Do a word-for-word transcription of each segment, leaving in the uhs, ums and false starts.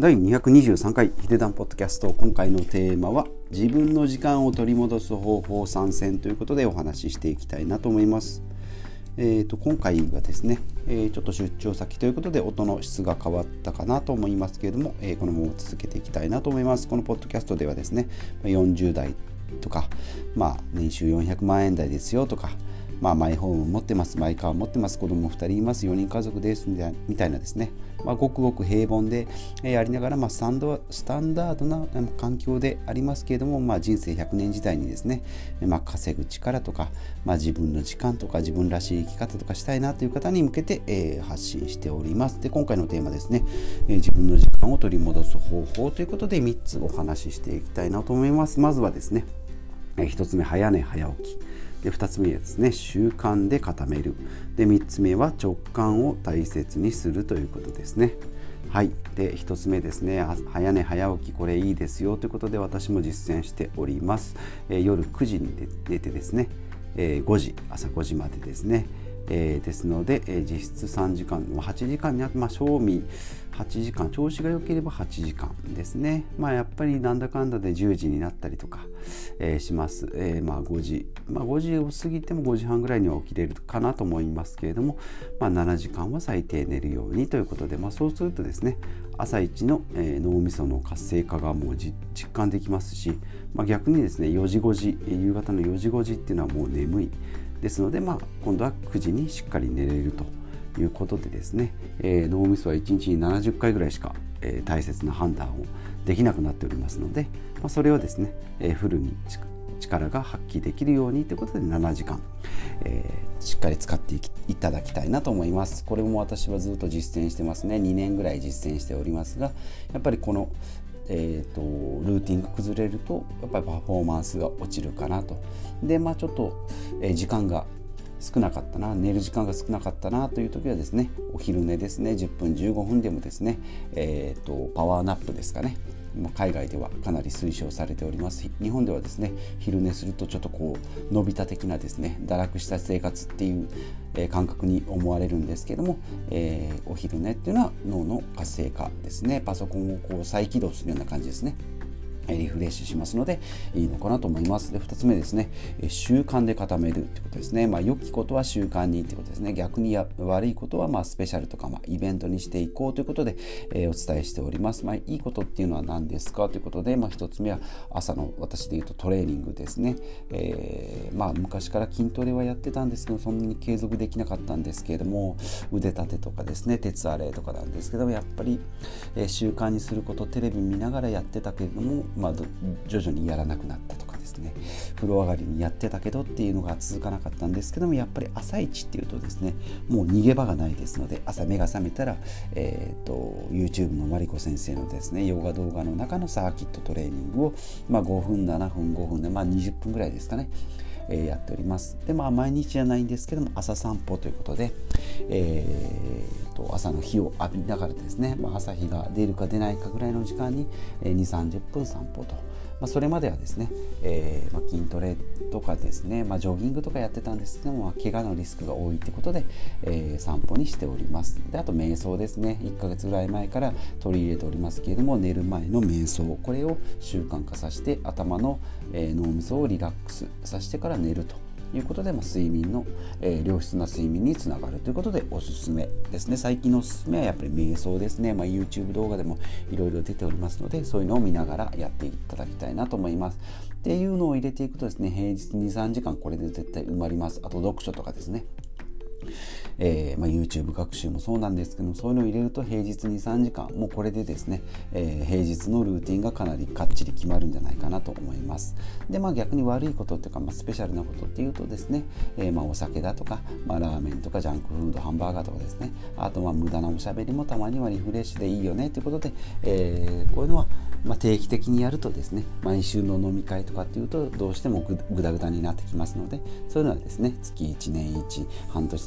だいにひゃくにじゅうさんかいヒデダンポッドキャスト、今回のテーマは自分の時間を取り戻す方法参戦ということでお話ししていきたいなと思います。えー、と今回はですね、えー、ちょっと出張先ということで音の質が変わったかなと思いますけれども、えー、このまま続けていきたいなと思います。このポッドキャストではですね、よんじゅう代とか、まあ、年収よんひゃくまんえん台ですよとか、まあ、マイホーム持ってます、マイカー持ってます、子供ふたりいます、よにん家族ですみたいな、みたいなですね、まあ、ごくごく平凡でありながら、まあ、スタンドスタンダードな環境でありますけれども、まあ、人生ひゃくねん時代にですね、まあ、稼ぐ力とか、まあ、自分の時間とか自分らしい生き方とかしたいなという方に向けて、えー、発信しております。で、今回のテーマですね、えー、自分の時間を取り戻す方法ということでみっつお話ししていきたいなと思います。まずはですね、えー、ひとつめ早寝早起きで、ふたつめはですね、習慣で固める。で、みっつめは直感を大切にするということですね。はい。で、ひとつめですね、早寝早起き、これいいですよということで私も実践しております。えー、夜くじに寝てですね、えー、ごじ、朝ごじまでですね、えー、ですので、えー、実質さんじかん、はちじかんに、まあ、賞味はちじかん、調子が良ければはちじかんですね。まあやっぱりなんだかんだでじゅうじになったりとか、えー、します。えー、まあごじ、まあごじを過ぎてもごじはんぐらいには起きれるかなと思いますけれども、まあななじかんは最低寝るようにということで、まあそうするとですね、朝一の、えー、脳みその活性化がもう実感できますし、まあ逆にですね、よじごじ、夕方のよじごじっていうのはもう眠いですので、まあ今度はくじにしっかり寝れるということでですね、えー、脳みそはいちにちにななじゅっかいぐらいしか、えー、大切な判断をできなくなっておりますので、まあ、それをですね、えー、フルに力が発揮できるようにということでななじかん、えー、しっかり使ってい, いただきたいなと思います。これも私はずっと実践してますね。にねんぐらい実践しておりますが、やっぱりこのえーと、ルーティンが崩れるとやっぱりパフォーマンスが落ちるかなと。で、まあちょっと、えー、時間が少なかったな、寝る時間が少なかったなという時はですね、お昼寝ですね、じゅっぷんじゅうごふんでもですね、えーと、パワーナップですかね、海外ではかなり推奨されております。日本ではですね、昼寝するとちょっとこうのび太的なですね、堕落した生活っていう、えー、感覚に思われるんですけども、えー、お昼寝っていうのは脳の活性化ですね。パソコンをこう再起動するような感じですね。リフレッシュしますのでいいのかなと思います。で、ふたつめですね、習慣で固めるということですね。まあ、良きことは習慣にということですね。逆にや悪いことはまあスペシャルとか、まあ、イベントにしていこうということで、えー、お伝えしております。まあ、いいことっていうのは何ですかということで、まあ、ひとつめは朝の私でいうとトレーニングですね。えー、まあ昔から筋トレはやってたんですけど、そんなに継続できなかったんですけれども、腕立てとかですね、鉄アレイとかなんですけども、やっぱり、えー、習慣にすること、テレビ見ながらやってたけれども、まあ、徐々にやらなくなったとかですね、風呂上がりにやってたけどっていうのが続かなかったんですけども、やっぱり朝一っていうとですね、もう逃げ場がないですので、朝目が覚めたら、えー、と YouTube のマリコ先生のですね、ヨガ動画の中のサーキットトレーニングを、まあ、ごふんななふんごふんで、まあ、にじゅっぷんぐらいですかね、えー、やっております。で、まあ毎日じゃないんですけども、朝散歩ということで、えー、と朝の日を浴びながらですね、まあ、朝日が出るか出ないかぐらいの時間に、えー、にじゅう、さんじゅっぷん散歩と、まあ、それまではですね、えーまあ、筋トレとかですね、まあ、ジョギングとかやってたんですけども、まあ、怪我のリスクが多いということで、えー、散歩にしております。で、あと瞑想ですね、いっかげつぐらい前から取り入れておりますけれども、寝る前の瞑想、これを習慣化させて頭の、えー、脳みそをリラックスさせてから寝るということで、まあ、睡眠の、えー、良質な睡眠につながるということでおすすめですね。最近のおすすめはやっぱり瞑想ですね。まあ、YouTube 動画でもいろいろ出ておりますので、そういうのを見ながらやっていただきたいなと思います。っていうのを入れていくとですね、平日に、さんじかんこれで絶対埋まります。あと読書とかですね。えーまあ、YouTube 学習もそうなんですけども、そういうのを入れると平日に、さんじかん、もうこれでですね、えー、平日のルーティンがかなりかっちり決まるんじゃないかなと思います。で、まあ逆に悪いことっていうか、まあ、スペシャルなことっていうとですね、えー、まあお酒だとか、まあ、ラーメンとかジャンクフード、ハンバーガーとかですね、あとまあ無駄なおしゃべりもたまにはリフレッシュでいいよねということで、えー、こういうのはまあ定期的にやるとですね、毎週の飲み会とかっていうとどうしてもぐだぐだになってきますので、そういうのはですね、月いち、年いち、半年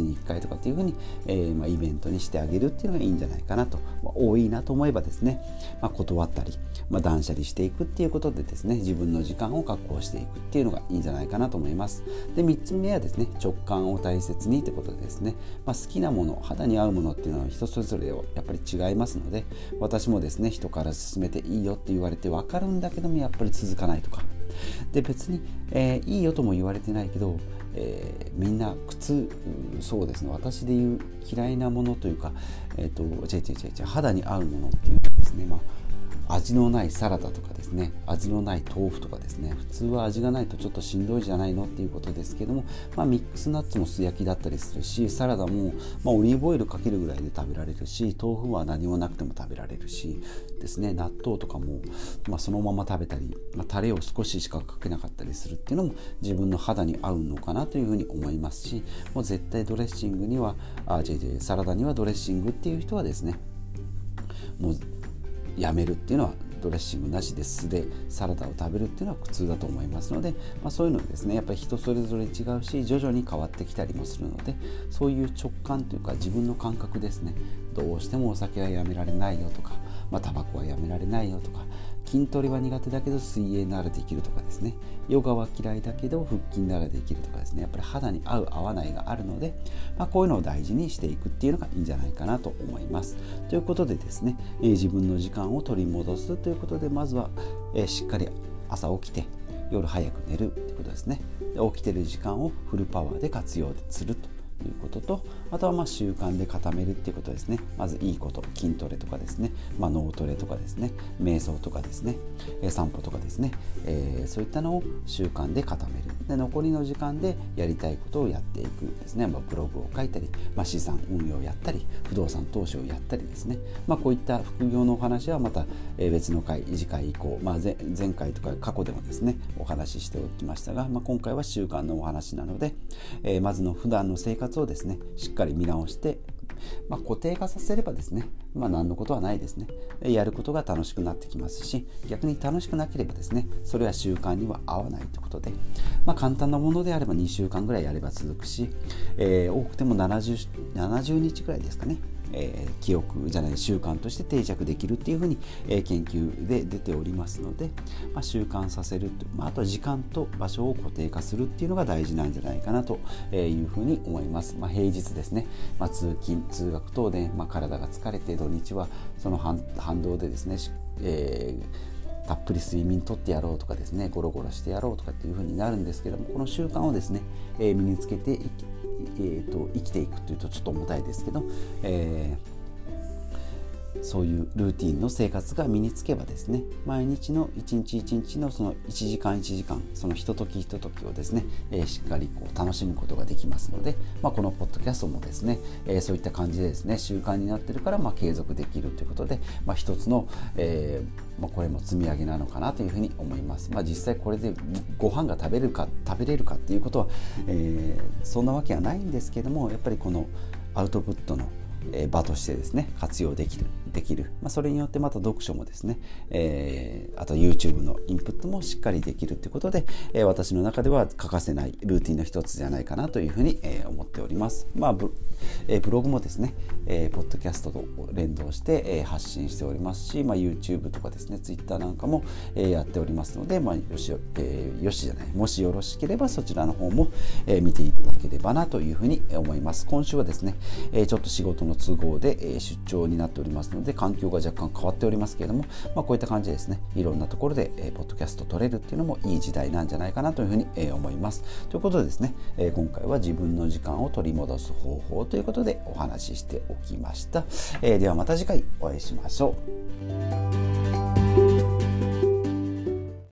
にいっかいとかっていうふうに、えーまあ、イベントにしてあげるっていうのがいいんじゃないかなと、まあ、多いなと思えばですね、まあ、断ったり、まあ、断捨離していくっていうことでですね、自分の時間を確保していくっていうのがいいんじゃないかなと思います。でみっつめはですね、直感を大切にってことでですね、まあ、好きなもの、肌に合うものっていうのは人それぞれやっぱり違いますので、私もですね、人から勧めていいよって言われて分かるんだけどもやっぱり続かないとかで、別に、えー、いいよとも言われてないけど、えー、みんな靴、そうですね、私で言う嫌いなものというか、えーと、違う違う違う違う肌に合うものっていうのはですね、まあ味のないサラダとかですね、味のない豆腐とかですね、普通は味がないとちょっとしんどいじゃないのっていうことですけども、まあ、ミックスナッツも素焼きだったりするし、サラダも、まあ、オリーブオイルかけるぐらいで食べられるし、豆腐は何もなくても食べられるしですね、納豆とかも、まあ、そのまま食べたり、まあ、タレを少ししかかけなかったりするっていうのも自分の肌に合うのかなというふうに思いますし、もう絶対ドレッシングにはあ違う違うサラダにはドレッシングっていう人はですね、もうやめるっていうのは、ドレッシングなしで素でサラダを食べるっていうのは苦痛だと思いますので、まあ、そういうのですね、やっぱり人それぞれ違うし、徐々に変わってきたりもするので、そういう直感というか自分の感覚ですね、どうしてもお酒はやめられないよとか、まあ、タバコはやめられないよとか、筋トレは苦手だけど水泳ならできるとかですね、ヨガは嫌いだけど腹筋ならできるとかですね、やっぱり肌に合う合わないがあるので、まあ、こういうのを大事にしていくっていうのがいいんじゃないかなと思います。ということでですね、えー、自分の時間を取り戻すということで、まずは、えー、しっかり朝起きて夜早く寝るということですね。で起きてる時間をフルパワーで活用するということと、あとはまあ習慣で固めるっていうことですね。まずいいこと、筋トレとかですね、まあ、脳トレとかですね、瞑想とかですね、えー、散歩とかですね、えー、そういったのを習慣で固める。で残りの時間でやりたいことをやっていくですね。まあ、ブログを書いたり、まあ、資産運用をやったり、不動産投資をやったりですね、まあ、こういった副業のお話はまた別の回、次回以降、まあ、前, 前回とか過去でもですねお話ししておきましたが、まあ、今回は習慣のお話なので、えー、まずの普段の生活をですねしっかり見直して、まあ、固定化させればですね、まあ、何のことはないですね。やることが楽しくなってきますし、逆に楽しくなければですね、それは習慣には合わないということで、まあ、簡単なものであればにしゅうかんぐらいやれば続くし、えー、多くてもななじゅう、ななじゅうにちぐらいですかね、えー、記憶じゃない習慣として定着できるっていうふうに、えー、研究で出ておりますので、まあ、習慣させると、まあ、あとは時間と場所を固定化するっていうのが大事なんじゃないかなというふうに思います。まあ、平日ですね、まあ、通勤通学等で、まあ、体が疲れて土日はその反、反動でですね、えー、たっぷり睡眠とってやろうとかですね、ゴロゴロしてやろうとかっていう風になるんですけども、この習慣をですね、えー、身につけていき、えー、と生きていくというとちょっと重たいですけど、えーそういうルーティンの生活が身につけばですね、毎日の一日一日のそのいちじかんいちじかん、そのひとときひとときをですね、えー、しっかりこう楽しむことができますので、まあ、このポッドキャストもですね、えー、そういった感じでですね習慣になってるから、まあ、継続できるということで、まあ、一つの、えーまあ、これも積み上げなのかなというふうに思います。まあ、実際これでご飯が食べれるか食べれるかっていうことは、えー、そんなわけはないんですけども、やっぱりこのアウトプットの場としてですね活用できるできる、まあ、それによってまた読書もですね、えー、あと YouTube のインプットもしっかりできるということで、えー、私の中では欠かせないルーティンの一つじゃないかなというふうに、えー、思っております。まあ ブ,、えー、ブログもですね、えー、ポッドキャストと連動して、えー、発信しておりますし、まあ、YouTube とかですね Twitter なんかも、えー、やっておりますので、まあ、よし、えー、よしじゃないもしよろしければそちらの方も、えー、見ていただければなというふうに思います。今週はですね、えー、ちょっと仕事の都合で、えー、出張になっておりますので環境が若干変わっておりますけれども、まあ、こういった感じでですねいろんなところで、えー、ポッドキャスト撮れるっていうのもいい時代なんじゃないかなというふうに、えー、思います。ということでですね、えー、今回は自分の時間を取り戻す方法ということでお話ししておきました。えー、ではまた次回お会いしましょう。